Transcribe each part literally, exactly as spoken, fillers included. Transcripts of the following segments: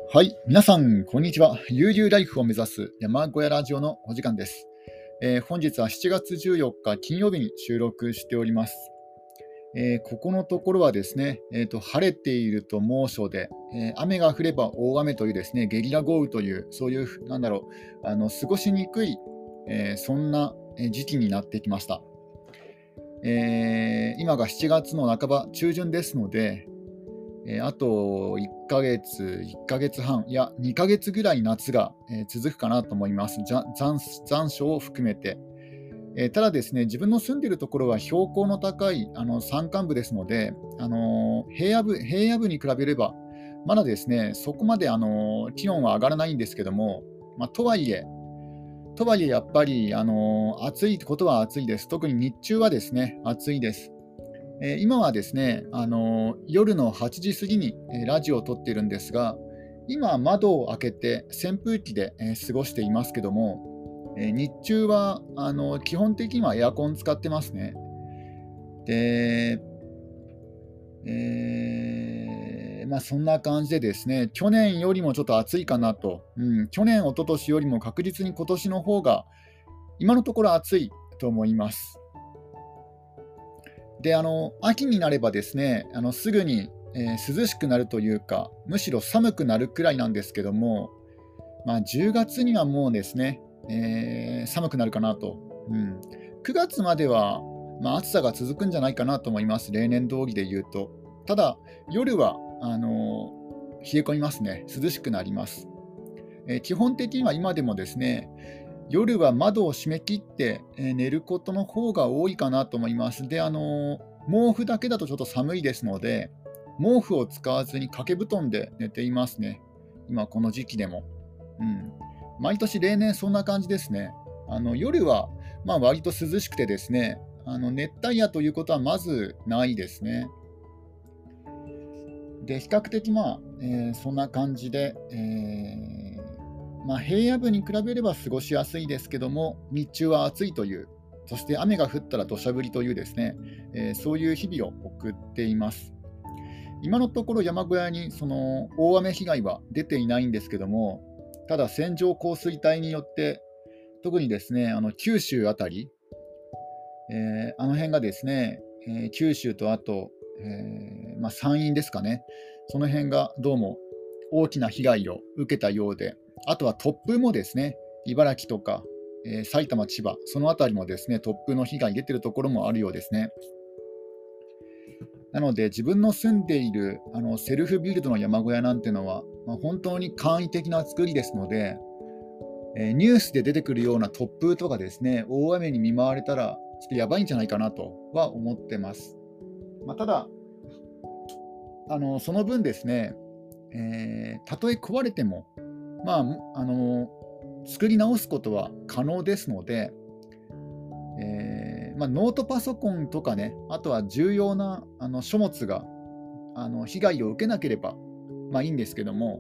はい、皆さん、こんにちは。悠々ライフを目指す山小屋ラジオのお時間です。えー本日はしちがつじゅうよっか金曜日に収録しております。えーここのところはですね、えーと、晴れていると猛暑で、えー雨が降れば大雨というですね、ゲリラ豪雨という、そういう、なんだろう、あの過ごしにくい、えーそんなえー時期になってきました。えー今がしちがつの半ば、中旬ですので、えーあといっかげつ、いっかげつはん、いや、にかげつぐらい夏が、えー続くかなと思います。じゃ残残暑を含めて。えーただですね、自分の住んでいるところは標高の高いあの山間部ですので、あのー平野部、平野部に比べれば、まだですね、そこまで、あのー気温は上がらないんですけども、まあ、とはいえ、とはいえやっぱり、あのー暑いことは暑いです。特に日中はですね、暑いです。えー今はですね、あのー夜のはちじ過ぎに、えーラジオを撮っているんですが、今、窓を開けて扇風機で、えー過ごしていますけども、えー日中はあのー基本的にはエアコン使ってますね。で、えーまあ、そんな感じでですね、去年よりもちょっと暑いかなと、うん、去年、一昨年よりも確実に今年の方が、今のところ暑いと思います。で、あの、秋になればですね、あの、すぐに、えー涼しくなるというか、むしろ寒くなるくらいなんですけども、まあ、じゅうがつにはもうですね、えー寒くなるかなと。うん。くがつまでは、まあ、暑さが続くんじゃないかなと思います。例年通りで言うと。ただ、夜は、あの冷え込みますね。涼しくなります。えー基本的には今でもですね、夜は窓を閉め切って、えー寝ることの方が多いかなと思います。で、あのー毛布だけだとちょっと寒いですので、毛布を使わずに掛け布団で寝ていますね。今この時期でも。うん。毎年例年そんな感じですね。あの夜は、まあ、割と涼しくてですね、あの熱帯夜ということはまずないですね。で、比較的、まあえーそんな感じで、えーまあ、平野部に比べれば過ごしやすいですけども、日中は暑いという、そして雨が降ったら土砂降りというですね、えーそういう日々を送っています。今のところ山小屋にその大雨被害は出ていないんですけども、ただ線状降水帯によって、特にですね、あの九州あたり、えーあの辺がですね、えー九州とあと、えーまあ、山陰ですかね、その辺がどうも大きな被害を受けたようで、あとは突風もですね、茨城とか、えー埼玉、千葉、そのあたりもですね、突風の被害出てるところもあるようですね。なので、自分の住んでいるあのセルフビルドの山小屋なんてのは、まあ、本当に簡易的な作りですので、えーニュースで出てくるような突風とかですね、大雨に見舞われたら、ちょっとやばいんじゃないかなとは思ってます。まあ、ただあの、その分ですね、えーたとえ壊れても、まあ、あの作り直すことは可能ですので、えーまあ、ノートパソコンとかね、あとは重要なあの書物があの被害を受けなければ、まあ、いいんですけども、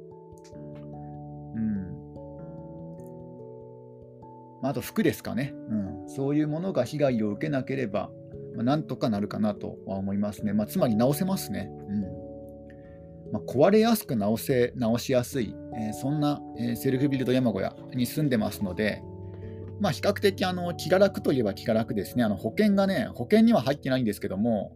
うんまあ、あと服ですかね、うん、そういうものが被害を受けなければ、まあ、なんとかなるかなとは思いますね。まあ、つまり直せますね。うんまあ、壊れやすく直せ直しやすい、えーそんな、えーセルフビルド山小屋に住んでますので、まあ、比較的あの気が楽といえば気が楽ですね。あの保険がね、保険には入ってないんですけども、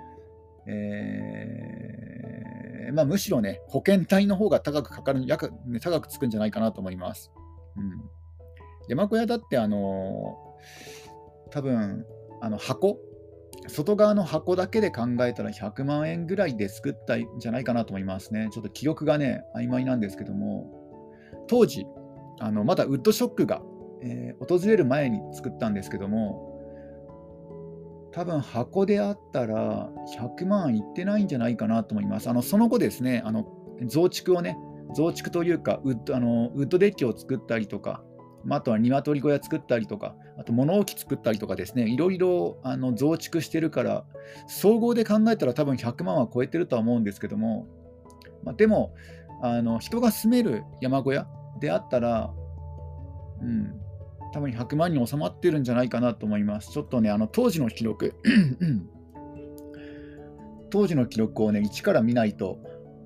えーまあ、むしろね、保険代の方が高くかかる、やかね高くつくんじゃないかなと思います。うん、山小屋だって、あの多分あの箱、外側の箱だけで考えたらひゃくまん円ぐらいで作ったんじゃないかなと思いますね。ちょっと記憶がね、曖昧なんですけども、当時、あのまだウッドショックが、えー訪れる前に作ったんですけども、多分箱であったらひゃくまんいってないんじゃないかなと思います。あのその後ですね、あの増築をね、増築というかウッド、あのウッドデッキを作ったりとか、まあ、あとは鶏小屋作ったりとか、あと物置作ったりとかですね、いろいろあの増築してるから、総合で考えたら多分ひゃくまんは超えてるとは思うんですけども、まあ、でもあの人が住める山小屋であったら、うん、多分ひゃくまんに収まってるんじゃないかなと思います。ちょっとね、あの当時の記録当時の記録をね、一から見ないと、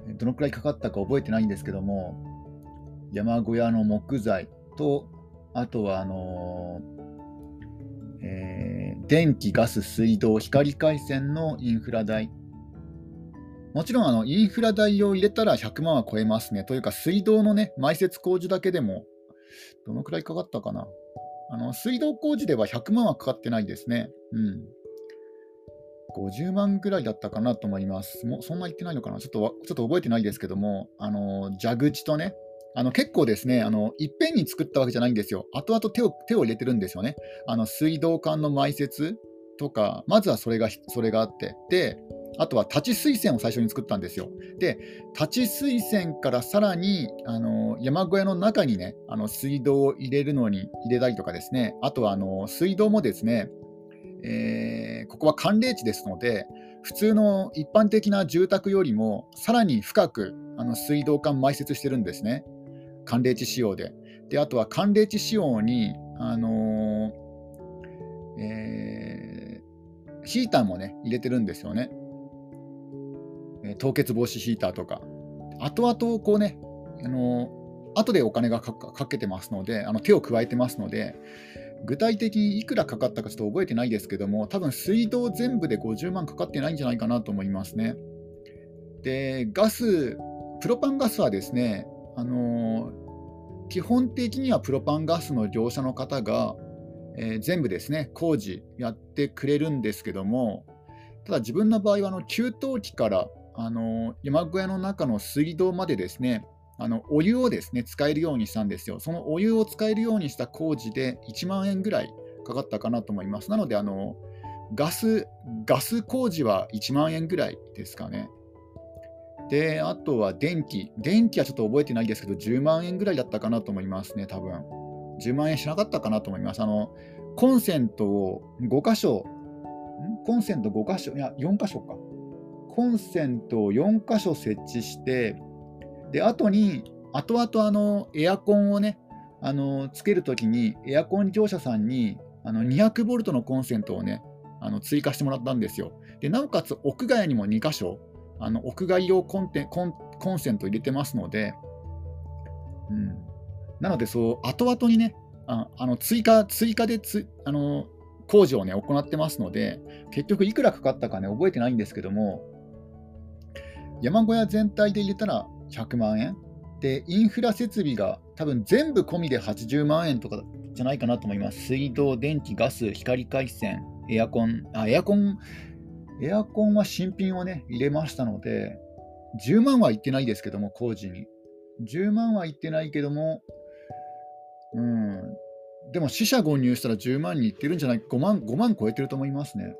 どのくらいかかったか覚えてないんですけども、山小屋の木材と、あとはあのーえー電気、ガス、水道、光回線のインフラ代。もちろんあのインフラ代を入れたらひゃくまんは超えますね。というか、水道のね、埋設工事だけでも、どのくらいかかったかな。あの水道工事ではひゃくまんはかかってないですね。うん。ごじゅうまんぐらいだったかなと思います。もうそんな言ってないのかな、ちょっとわちょっと覚えてないですけども、あの蛇口とね、あの結構ですね、あのいっぺんに作ったわけじゃないんですよ。後々手を手を入れてるんですよね。あの水道管の埋設とか、まずはそれがそれがあって、で、あとは立ち水栓を最初に作ったんですよ。で、立ち水栓からさらにあの山小屋の中にね、あの水道を入れるのに入れたりとかですね、あとはあの水道もですね、えーここは寒冷地ですので、普通の一般的な住宅よりもさらに深くあの水道管埋設してるんですね、寒冷地仕様で。で、あとは寒冷地仕様に、あのーえーヒーターもね、入れてるんですよね。えー凍結防止ヒーターとか。後々こうね、あのー後でお金がかかかけてますので、あの手を加えてますので、具体的にいくらかかったかちょっと覚えてないですけども、多分水道全部でごじゅうまんかかってないんじゃないかなと思いますね。で、ガス、プロパンガスはですね、あのー基本的にはプロパンガスの業者の方が、えー全部ですね、工事やってくれるんですけども、ただ自分の場合はあの給湯器から、あのー山小屋の中の水道までですね、あのお湯をですね使えるようにしたんですよ。そのお湯を使えるようにした工事でいちまん円ぐらいかかったかなと思います。なのであのガス、ガス工事はいちまん円ぐらいですかね。で、あとは電気。電気はちょっと覚えてないですけど、じゅうまん円ぐらいだったかなと思いますね、多分。じゅうまん円しなかったかなと思います。あの、コンセントをご箇所、んコンセントご箇所、いや、よん箇所か。コンセントをよん箇所設置して、で、後に、後々あの、エアコンをね、あの、つけるときに、エアコン業者さんに、あの、にひゃくボルトのコンセントをね、あの追加してもらったんですよ。で、なおかつ屋外にもに箇所、あの屋外用コンテコンコンセントを入れてますので、うん、なので、そう、後々にね、ああの追加、追加でつあの工事をね、行ってますので、結局いくらかかったかね、覚えてないんですけども、山小屋全体で入れたらひゃくまん円で、インフラ設備が多分全部込みではちじゅうまん円とかじゃないかなと思います。水道、電気、ガス、光回線、エアコン、あ、エアコン、エアコンは新品をね、入れましたので、じゅうまんはいってないですけども、工事に。じゅうまんはいってないけども、うん、でも四捨五入したらじゅうまんにいってるんじゃないか、ごまん、ごまん超えてると思いますね。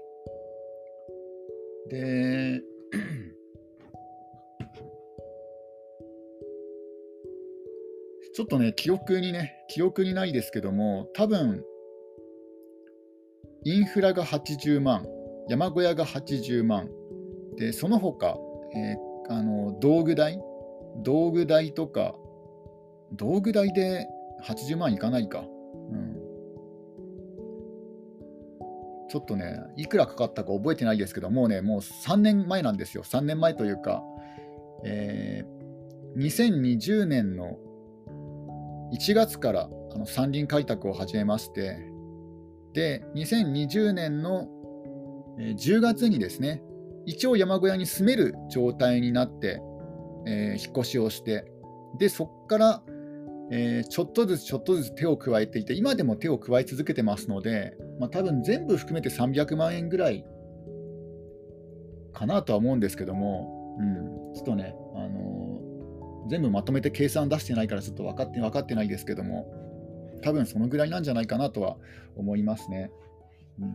で、ちょっとね、記憶にね、記憶にないですけども、多分インフラがはちじゅうまん、山小屋がはちじゅうまん、で、その他、えーあの道具代、道具代とか、道具代ではちじゅうまんいかないか。うん、ちょっとね、いくらかかったか覚えてないですけど、もうね、もうさんねんまえなんですよ。さんねんまえというか、えーにせんにじゅうねんのいちがつからあの山林開拓を始めまして、で、にせんにじゅうねんのえーじゅうがつにですね、一応山小屋に住める状態になって、えー引っ越しをして、で、そこから、えーちょっとずつちょっとずつ手を加えていて、今でも手を加え続けてますので、まあ、多分全部含めてさんびゃくまん円ぐらいかなとは思うんですけども、うん、ちょっとね、あのー全部まとめて計算出してないからちょっと分かって分かってないですけども、多分そのぐらいなんじゃないかなとは思いますね。うん、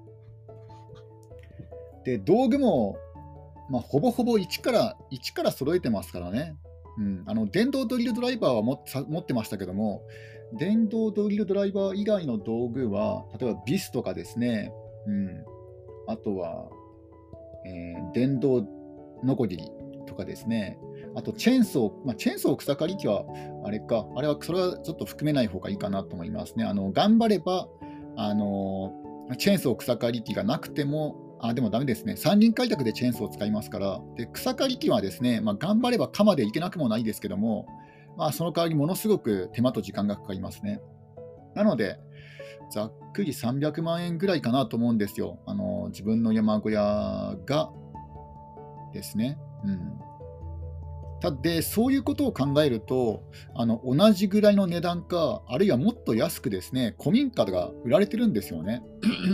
で、道具も、まあ、ほぼほぼ一から一から揃えてますからね。うん、あの電動ドリルドライバーはもさ持ってましたけども、電動ドリルドライバー以外の道具は、例えばビスとかですね、うん、あとは、えー電動ノコギリとかですね、あとチェーンソー、まあ、チェーンソー草刈り機は、あれか、あれはそれはちょっと含めない方がいいかなと思いますね。あの頑張れば、あのチェーンソー草刈り機がなくても、 あ、でもダメですね。山林開拓でチェーンソーを使いますから、で草刈り機はですね、まあ、頑張れば鎌でいけなくもないですけども、まあ、その代わりものすごく手間と時間がかかりますね。なので、ざっくりさんびゃくまん円ぐらいかなと思うんですよ。あの自分の山小屋がですね。うん。たで、そういうことを考えると、あの同じぐらいの値段か、あるいはもっと安くですね、古民家が売られてるんですよね。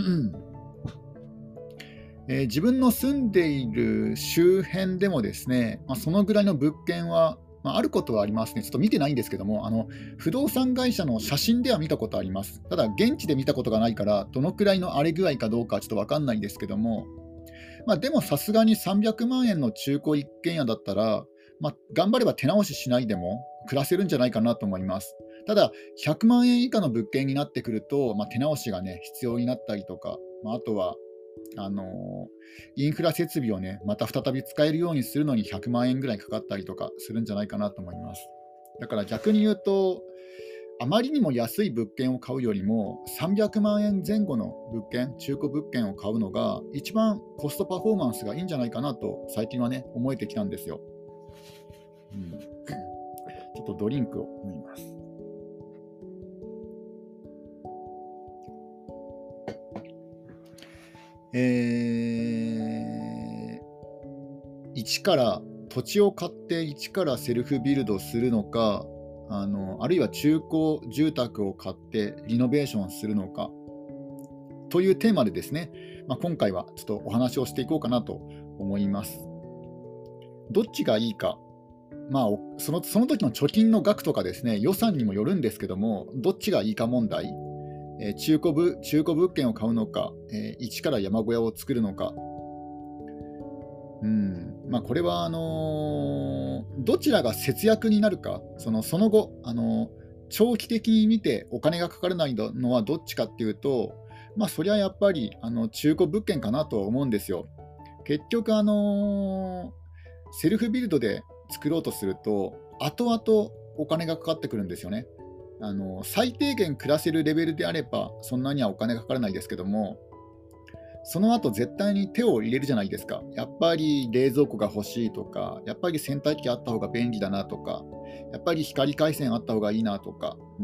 えー自分の住んでいる周辺でもですね、まあ、そのぐらいの物件は、まあ、あることはありますね。ちょっと見てないんですけども、あの不動産会社の写真では見たことあります。ただ、現地で見たことがないから、どのくらいの荒れ具合かどうかはちょっと分かんないんですけども、まあ、でもさすがにさんびゃくまん円の中古一軒家だったら、まあ、頑張れば手直ししないでも暮らせるんじゃないかなと思います。ただ、ひゃくまん円以下の物件になってくると、まあ、手直しが、ね、必要になったりとか、まあ、あとはあのインフラ設備をね、また再び使えるようにするのにひゃくまん円ぐらいかかったりとかするんじゃないかなと思います。だから逆に言うと、あまりにも安い物件を買うよりも、さんびゃくまん円前後の物件、中古物件を買うのが、一番コストパフォーマンスがいいんじゃないかなと、最近はね、思えてきたんですよ。うん、ちょっとドリンクを飲みます。えー、一から土地を買って一からセルフビルドするのか、あのあるいは中古住宅を買ってリノベーションするのかというテーマでですね、まあ、今回はちょっとお話をしていこうかなと思います。どっちがいいか、まあ、おそのその時の貯金の額とかですね、予算にもよるんですけども、どっちがいいか問題、えー中古ぶ中古物件を買うのか、えー一から山小屋を作るのか、うんまあ、これはあのーどちらが節約になるか、そのその後、あのー長期的に見てお金がかからないのはどっちかっていうと、まあ、そりゃやっぱりあの中古物件かなとは思うんですよ。結局、あのーセルフビルドで作ろうとすると、後々お金がかかってくるんですよね。あの最低限暮らせるレベルであれば、そんなにはお金がかからないですけども、その後絶対に手を入れるじゃないですか。やっぱり冷蔵庫が欲しいとか、やっぱり洗濯機あった方が便利だなとか、やっぱり光回線あった方がいいなとか、うん、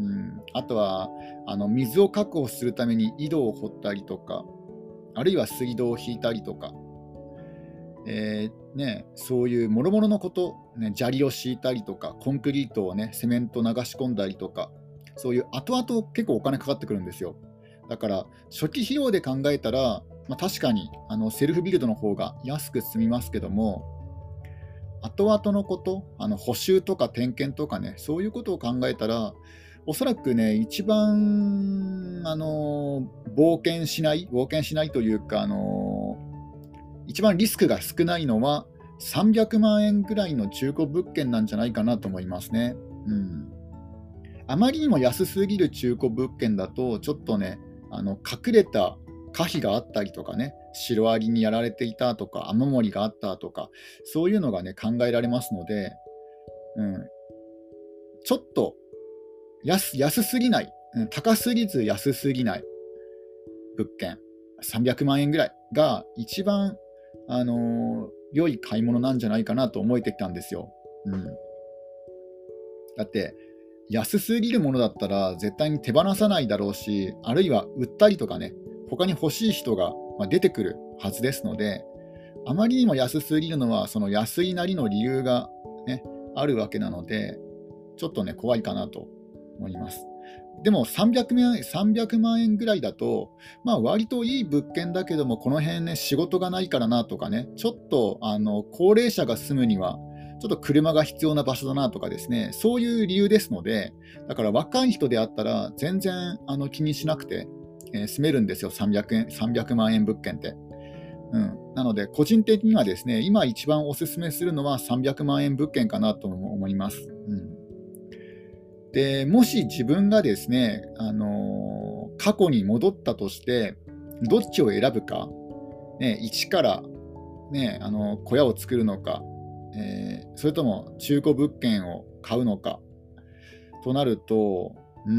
あとはあの水を確保するために井戸を掘ったりとか、あるいは水道を引いたりとか、えーね、そういうもろもろのこと、ね、砂利を敷いたりとか、コンクリートを、ね、セメント流し込んだりとか、そういう後々結構お金かかってくるんですよ。だから初期費用で考えたら、まあ、確かにあのセルフビルドの方が安く済みますけども、後々のこと、あの補修とか点検とかね、そういうことを考えたら、おそらくね、一番あの冒険しない、冒険しないというか、あの一番リスクが少ないのはさんびゃくまん円ぐらいの中古物件なんじゃないかなと思いますね。うん、あまりにも安すぎる中古物件だと、ちょっとね、あの隠れた可否があったりとかね、シロアリにやられていたとか、雨漏りがあったとか、そういうのがね、考えられますので、うん、ちょっと安安すぎない、うん、高すぎず安すぎない物件、さんびゃくまん円ぐらいが一番、あのー良い買い物なんじゃないかなと思えてきたんですよ。うん、だって安すぎるものだったら絶対に手放さないだろうし、あるいは売ったりとかね、他に欲しい人がまあ出てくるはずですので、あまりにも安すぎるのはその安いなりの理由が、ね、あるわけなので、ちょっとね怖いかなと思います。でもさんびゃくまん、さんびゃくまん円ぐらいだと、まあ、割といい物件だけども、この辺ね、仕事がないからなとかね、ちょっとあの高齢者が住むには、ちょっと車が必要な場所だなとかですね、そういう理由ですので、だから若い人であったら、全然あの気にしなくて、えー住めるんですよ、さんびゃくえん、さんびゃくまん円物件って。うん、なので、個人的にはですね、今一番お勧めするのはさんびゃくまん円物件かなと思います。うんでもし自分がですね、あのー過去に戻ったとして、どっちを選ぶか、ね、一から、ね、あの小屋を作るのか、えーそれとも中古物件を買うのかとなると、うん、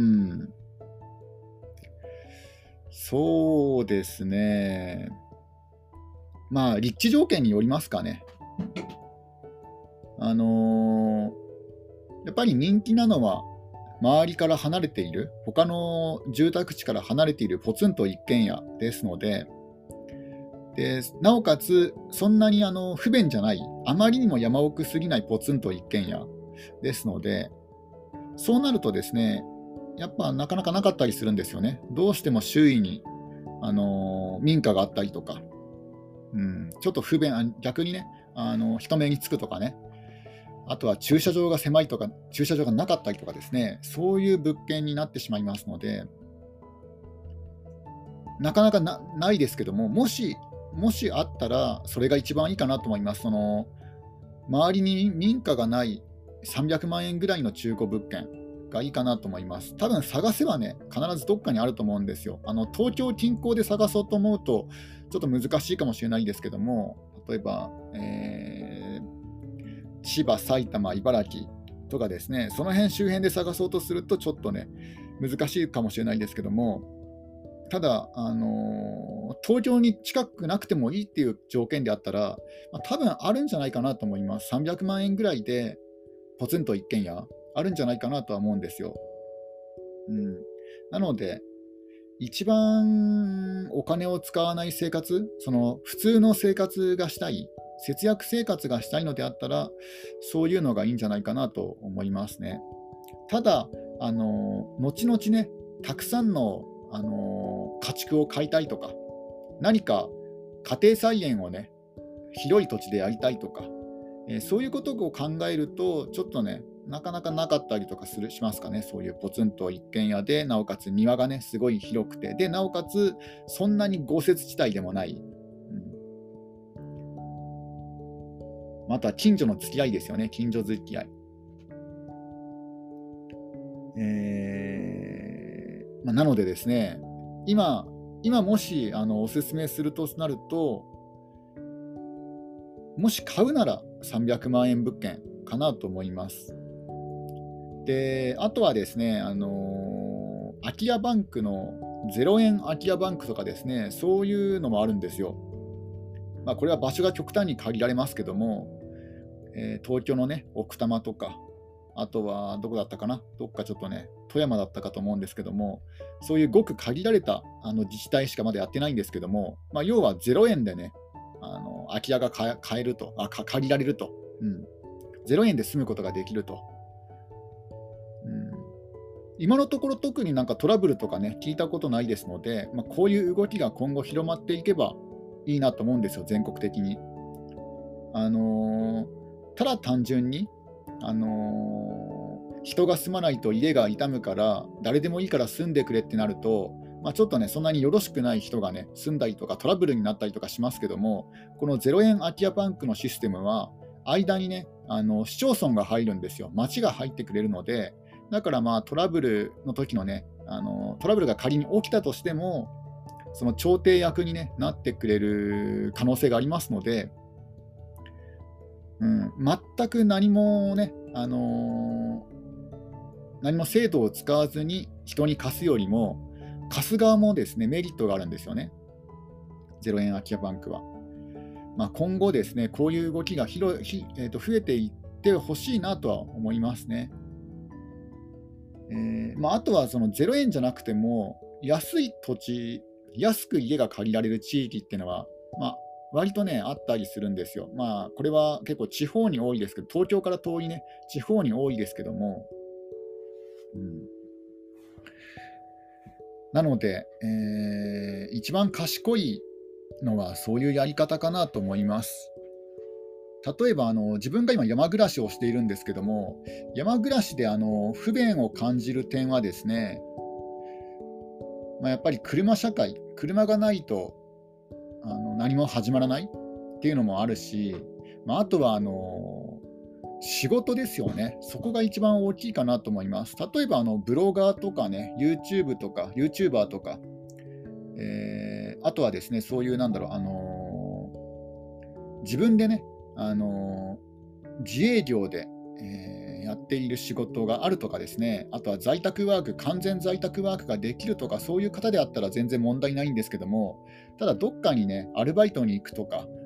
そうですね、 まあ、立地条件によりますかね。あのーやっぱり人気なのは、周りから離れている、他の住宅地から離れているポツンと一軒家ですので、でなおかつ、そんなにあの不便じゃない、あまりにも山奥すぎないポツンと一軒家ですので、そうなるとですね、やっぱなかなかなかったりするんですよね。どうしても周囲に、あのー民家があったりとか、うん、ちょっと不便、あ逆にね、あの人目につくとかね、あとは駐車場が狭いとか、駐車場がなかったりとかですね、そういう物件になってしまいますので、なかなか な, ないですけども、もし、もしあったら、それが一番いいかなと思います。その周りに民家がないさんびゃくまん円ぐらいの中古物件がいいかなと思います。多分探せばね、必ずどっかにあると思うんですよ。あの東京近郊で探そうと思うと、ちょっと難しいかもしれないですけども、例えば、えー千葉、埼玉、茨城とかですね、その辺周辺で探そうとすると、ちょっとね、難しいかもしれないですけども、ただ、あのー東京に近くなくてもいいっていう条件であったら、まあ、多分あるんじゃないかなと思います。さんびゃくまん円ぐらいで、ポツンと一軒家、あるんじゃないかなとは思うんですよ。うん、なので、一番お金を使わない生活、その普通の生活がしたい、節約生活がしたいのであったら、そういうのがいいんじゃないかなと思いますね。ただ、あの後々ね、たくさんの、あの家畜を飼いたいとか、何か家庭菜園をね、広い土地でやりたいとか、えーそういうことを考えると、ちょっとね、なかなかなかったりとかするしますかね、そういうポツンと一軒家で、なおかつ庭がね、すごい広くて、でなおかつ、そんなに豪雪地帯でもない、うん、また近所の付き合いですよね、近所付き合い。えーまあ、なのでですね、今、今もしあのおすすめするとなると、もし買うならさんびゃくまん円物件かなと思います。で、あとはですね、あの空き家バンクのゼロえん空き家バンクとかですね、そういうのもあるんですよ。まあ、これは場所が極端に限られますけども、えー東京のね、奥多摩とか、あとはどこだったかな、どっかちょっとね、富山だったかと思うんですけども、そういうごく限られたあの自治体しかまだやってないんですけども、まあ、要はゼロえんでね、あの空き家が買えると、あか借りられると、うん、ゼロえんで住むことができると。うん、今のところ特になんかトラブルとかね、聞いたことないですので、まあ、こういう動きが今後広まっていけばいいなと思うんですよ、全国的に。あのーただ単純に、あのー人が住まないと家が傷むから、誰でもいいから住んでくれってなると、まあ、ちょっとね、そんなによろしくない人がね、住んだりとかトラブルになったりとかしますけども、このゼロえん空き家バンクのシステムは、間にね、あの市町村が入るんですよ、町が入ってくれるので、だからまあトラブルの時のね、あのトラブルが仮に起きたとしても、その調停役に、ね、なってくれる可能性がありますので、うん、全く何もね、あのー何も制度を使わずに人に貸すよりも、貸す側もですね、メリットがあるんですよね、ゼロえん空き家バンクは。まあ、今後ですね、こういう動きが広ひ、えーと増えていってほしいなとは思いますね。えーまあ、あとはそのゼロえんじゃなくても、安い土地、安く家が借りられる地域っていうのは、まあ、割とね、あったりするんですよ。まあ、これは結構地方に多いですけど、東京から遠いね、地方に多いですけども、うん、なので、えー一番賢いのはそういうやり方かなと思います。例えばあの自分が今山暮らしをしているんですけども、山暮らしであの不便を感じる点はですね、まあ、やっぱり車社会、車がないとあの何も始まらないっていうのもあるし、まあ、あとはあの仕事ですよね、そこが一番大きいかなと思います。例えばあのブロガーとかね、YouTube とか、YouTuber とか、えーあとはですね、そういうなんだろう、あの自分でね、あの自営業で、えーやっている仕事があるとかですね、あとは在宅ワーク、完全在宅ワークができるとか、そういう方であったら全然問題ないんですけども、ただどっかにね、アルバイトに行くとか、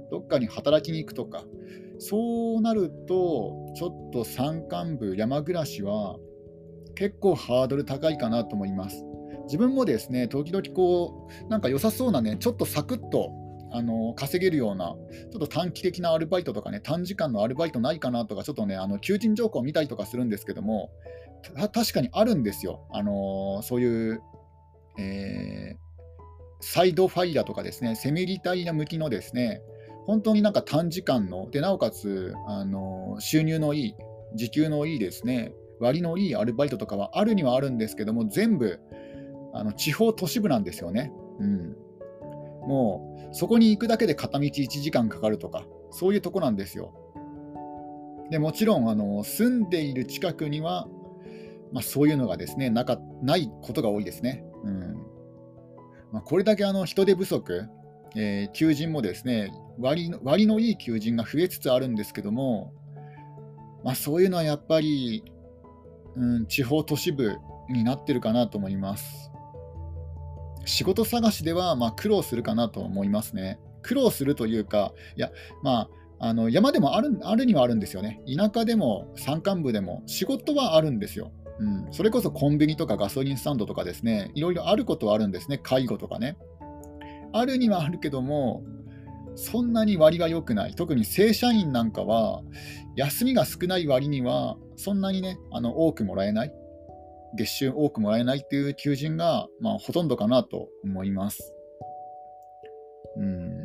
どっかに働きに行くとか、そうなると、ちょっと山間部、山暮らしは結構ハードル高いかなと思います。自分もですね、時々こう、なんか良さそうなね、ちょっとサクッとあの稼げるような、ちょっと短期的なアルバイトとかね、短時間のアルバイトないかなとか、ちょっとね、あの求人情報を見たりとかするんですけども、た確かにあるんですよ。あのそういう、えーサイドファイヤーとかですね、セミリタイヤ向きのですね、本当になんか短時間の、で、なおかつ、あの、収入のいい、時給のいいですね、割のいいアルバイトとかはあるにはあるんですけども、全部、あの、地方都市部なんですよね。うん。もう、そこに行くだけで片道いちじかんかかるとか、そういうとこなんですよ。で、もちろん、あの、住んでいる近くには、まあ、そういうのがですね、なかないことが多いですね。うん。まあ、これだけあの人手不足、えー求人もですね割の、割のいい求人が増えつつあるんですけども、まあ、そういうのはやっぱり、うん、地方都市部になってるかなと思います。仕事探しではまあ苦労するかなと思いますね。苦労するというか、いや、まあ、あの山でもあるあるにはあるんですよね。田舎でも山間部でも仕事はあるんですよ。うん、それこそコンビニとかガソリンスタンドとかですね、いろいろあることはあるんですね。介護とかね。あるにはあるけども、そんなに割が良くない。特に正社員なんかは、休みが少ない割には、そんなにね、あの多くもらえない、月収多くもらえないっていう求人が、まあ、ほとんどかなと思います。うん。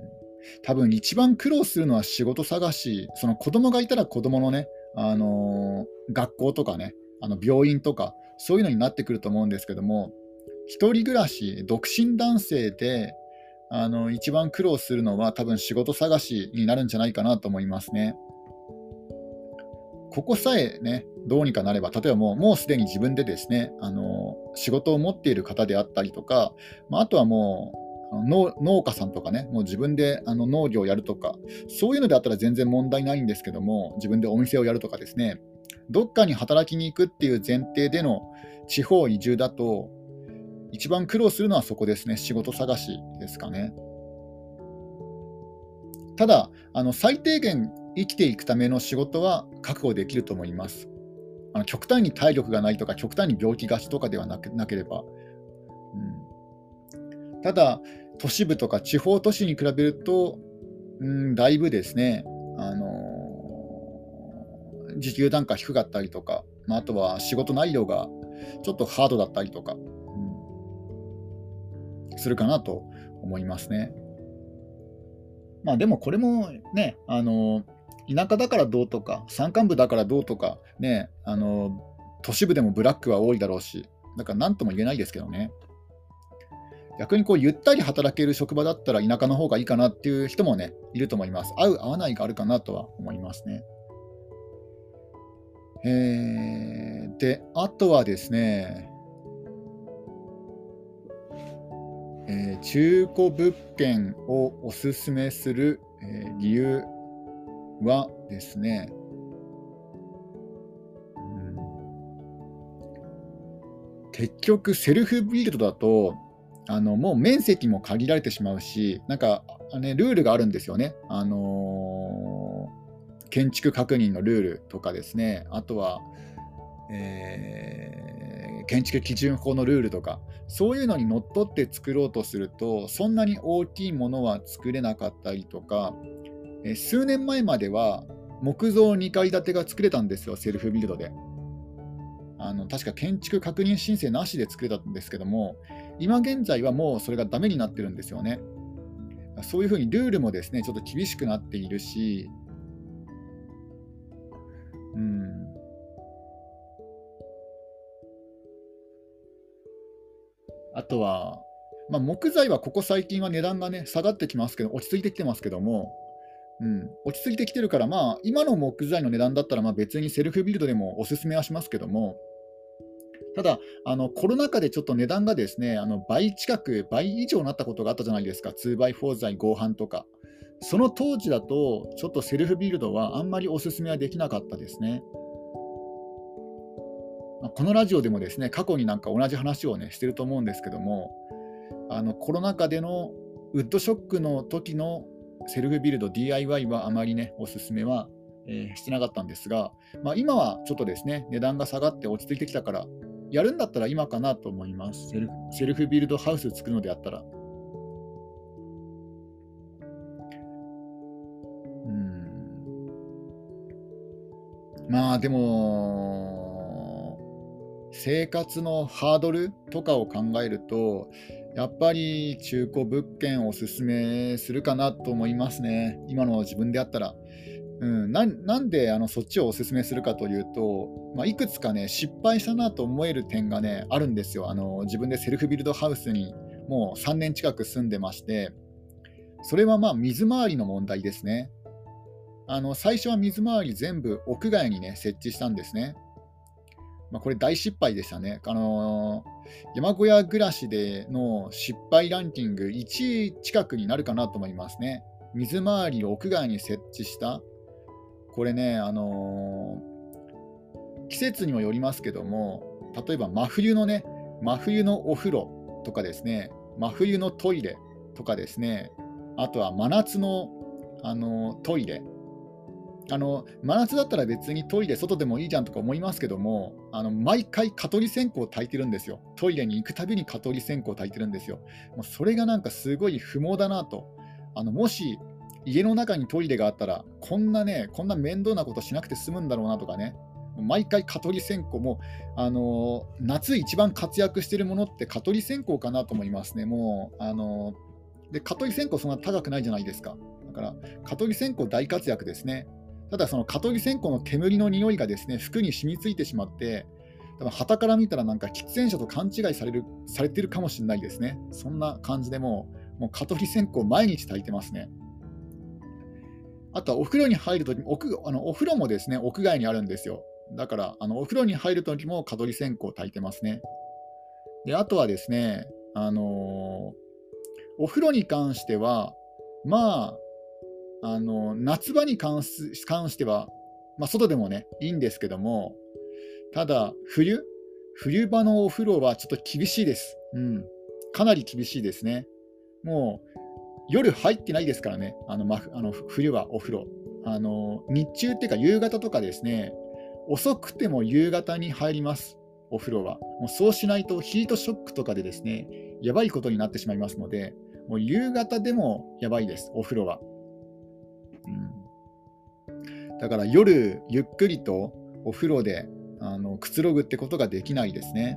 多分一番苦労するのは仕事探し、その子供がいたら子供のね、あのー学校とかね、あの病院とか、そういうのになってくると思うんですけども、一人暮らし、独身男性で、あの一番苦労するのは多分仕事探しになるんじゃないかなと思いますね。ここさえね、どうにかなれば、例えばもうもうすでに自分でですね、あの仕事を持っている方であったりとか、まあ、あとはもうあの農農家さんとかね、もう自分であの農業をやるとか、そういうのであったら全然問題ないんですけども、自分でお店をやるとかですね、どっかに働きに行くっていう前提での地方移住だと、一番苦労するのはそこですね、仕事探しですかね。ただ、あの最低限生きていくための仕事は確保できると思います。あの極端に体力がないとか、極端に病気がちとかではなけなければ、うん。ただ、都市部とか地方都市に比べると、うん、だいぶですね、あの時給単価低かったりとか、まあ、あとは仕事内容がちょっとハードだったりとか、うん、するかなと思いますね。まあでもこれもね、あの田舎だからどうとか、山間部だからどうとか、ね、あの都市部でもブラックは多いだろうし、だから何とも言えないですけどね。逆にこうゆったり働ける職場だったら田舎の方がいいかなっていう人もね、いると思います。合う、合わないがあるかなとは思いますね。えー、で、あとはですね、えー中古物件をおすすめする、えー理由はですね、結局セルフビルドだと、あのもう面積も限られてしまうし、なんか、あね、ルールがあるんですよね。あのー建築確認のルールとかですね、あとは、えー建築基準法のルールとか、そういうのにのっとって作ろうとすると、そんなに大きいものは作れなかったりとか、えー数年前までは木造にかい建てが作れたんですよ、セルフビルドで。あの確か建築確認申請なしで作れたんですけども、今現在はもうそれがダメになってるんですよね。そういうふうにルールもですね、ちょっと厳しくなっているし、うん、あとは、まあ、木材はここ最近は値段がね、下がってきますけど、落ち着いてきてますけども、うん、落ち着いてきてるから、まあ、今の木材の値段だったら、まあ別にセルフビルドでもおすすめはしますけども、ただ、あのコロナ禍でちょっと値段がですね、あの倍近く、倍以上になったことがあったじゃないですか、ツーバイフォー 材合板とか。その当時だと、ちょっとセルフビルドはあんまりおすすめはできなかったですね。まあこのラジオでもですね、過去になんか同じ話をね、してると思うんですけども、あのコロナ禍でのウッドショックの時のセルフビルド ディーアイワイ はあまりねおすすめは、えーしてなかったんですが、まあ、今はちょっとですね値段が下がって落ち着いてきたからやるんだったら今かなと思います。セルフセルフビルドハウス作るのであったら。うんまあでも生活のハードルとかを考えるとやっぱり中古物件をおすすめするかなと思いますね。今の自分であったら。うん、ななんであのそっちをお勧めするかというと、まあ、いくつかね、失敗したなと思える点がね、あるんですよ。あの自分でセルフビルドハウスにもうさんねん近く住んでまして、それはまあ水回りの問題ですね。あの最初は水回り全部屋外にね、設置したんですね。まあ、これ大失敗でしたね。あの山小屋暮らしでの失敗ランキングいちい近くになるかなと思いますね。水回りを屋外に設置したこれね、あのー季節にもよりますけども、例えば真冬のね、真冬のお風呂とかですね、真冬のトイレとかですね、あとは真夏の、あのートイレ。あの真夏だったら別にトイレ外でもいいじゃんとか思いますけども、あの毎回蚊取り線香を焚いてるんですよ。トイレに行くたびに蚊取り線香を焚いてるんですよ。もうそれがなんかすごい不毛だなと。あのもし家の中にトイレがあったら、こんなね、こんな面倒なことしなくて済むんだろうなとかね、毎回蚊取り線香も、あの夏一番活躍しているものって蚊取り線香かなと思いますね。もう、あので蚊取り線香そんな高くないじゃないですか。だから蚊取り線香大活躍ですね。ただその蚊取り線香の煙の匂いがですね服に染みついてしまって、多分傍から見たらなんか喫煙者と勘違いされるされてるかもしれないですね。そんな感じでもう、もう蚊取り線香毎日焚いてますね。あとはお風呂に入るとき、奥あのお風呂もですね屋外にあるんですよ。だからあのお風呂に入るときも蚊取り線香を焚いてますね。であとはですね、あのーお風呂に関しては、まあ、あの夏場に関す関しては、まあ、外でもねいいんですけども、ただ冬、冬場のお風呂はちょっと厳しいです。うん、かなり厳しいですね。もう夜入ってないですからね、あの、ま、あの冬はお風呂。あの日中っていうか夕方とかですね、遅くても夕方に入ります、お風呂は。もうそうしないとヒートショックとかでですね、やばいことになってしまいますので、もう夕方でもやばいです、お風呂は。うん、だから夜、ゆっくりとお風呂であのくつろぐってことができないですね。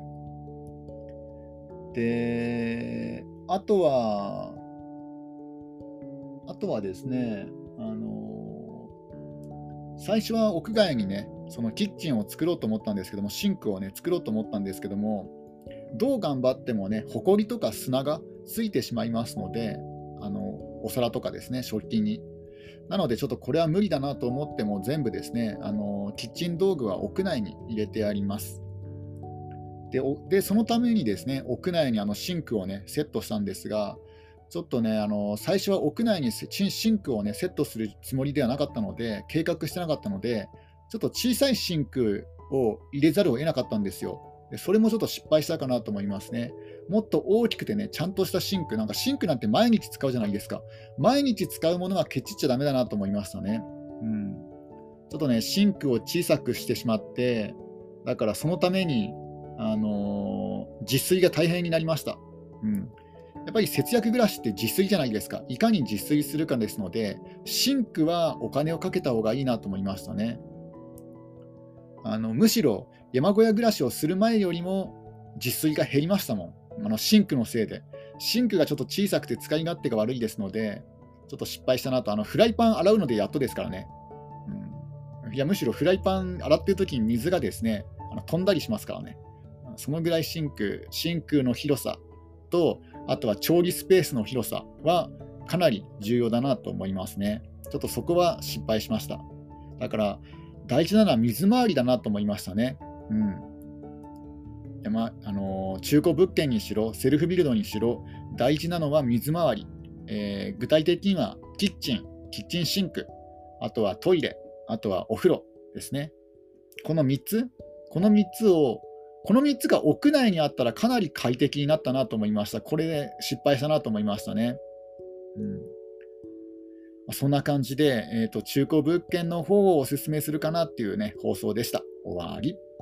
で、あとは、あとはですね、あの最初は屋外にね、そのキッチンを作ろうと思ったんですけども、シンクをね、作ろうと思ったんですけども、どう頑張ってもね、ほこりとか砂がついてしまいますので、あのお皿とかですね、食器に。なので、ちょっとこれは無理だなと思っても、全部ですね、あのキッチン道具は屋内に入れてあります。で、おでそのためにですね、屋内にあのシンクをね、セットしたんですが、ちょっとね、あの最初は屋内にシシンクをね、セットするつもりではなかったので、計画してなかったので、ちょっと小さいシンクを入れざるを得なかったんですよ。でそれもちょっと失敗したかなと思いますね。もっと大きくてね、ちゃんとしたシンク、なんかシンクなんて毎日使うじゃないですか。毎日使うものがケチっちゃだめだなと思いましたね。うん、ちょっとね、シンクを小さくしてしまって、だからそのために、あのー自炊が大変になりました。うん、やっぱり節約暮らしって自炊じゃないですか。いかに自炊するかですので、シンクはお金をかけた方がいいなと思いましたね。あのむしろ山小屋暮らしをする前よりも自炊が減りましたもん。あのシンクのせいで。シンクがちょっと小さくて使い勝手が悪いですので、ちょっと失敗したなと。あのフライパン洗うのでやっとですからね。うん、いやむしろフライパン洗ってる時に水がですね、あの飛んだりしますからね。そのぐらいシンク、シンクの広さと、あとは調理スペースの広さはかなり重要だなと思いますね。ちょっとそこは失敗しました。だから大事なのは水回りだなと思いましたね。うん。でまあのー中古物件にしろ、セルフビルドにしろ、大事なのは水回り。えー具体的にはキッチン、キッチンシンク、あとはトイレ、あとはお風呂ですね。このみっつ、このみっつをこのみっつが屋内にあったらかなり快適になったなと思いました。これで失敗したなと思いましたね。うん、 まあそんな感じで、えーと、中古物件の方をお勧めするかなっていうね、放送でした。終わり。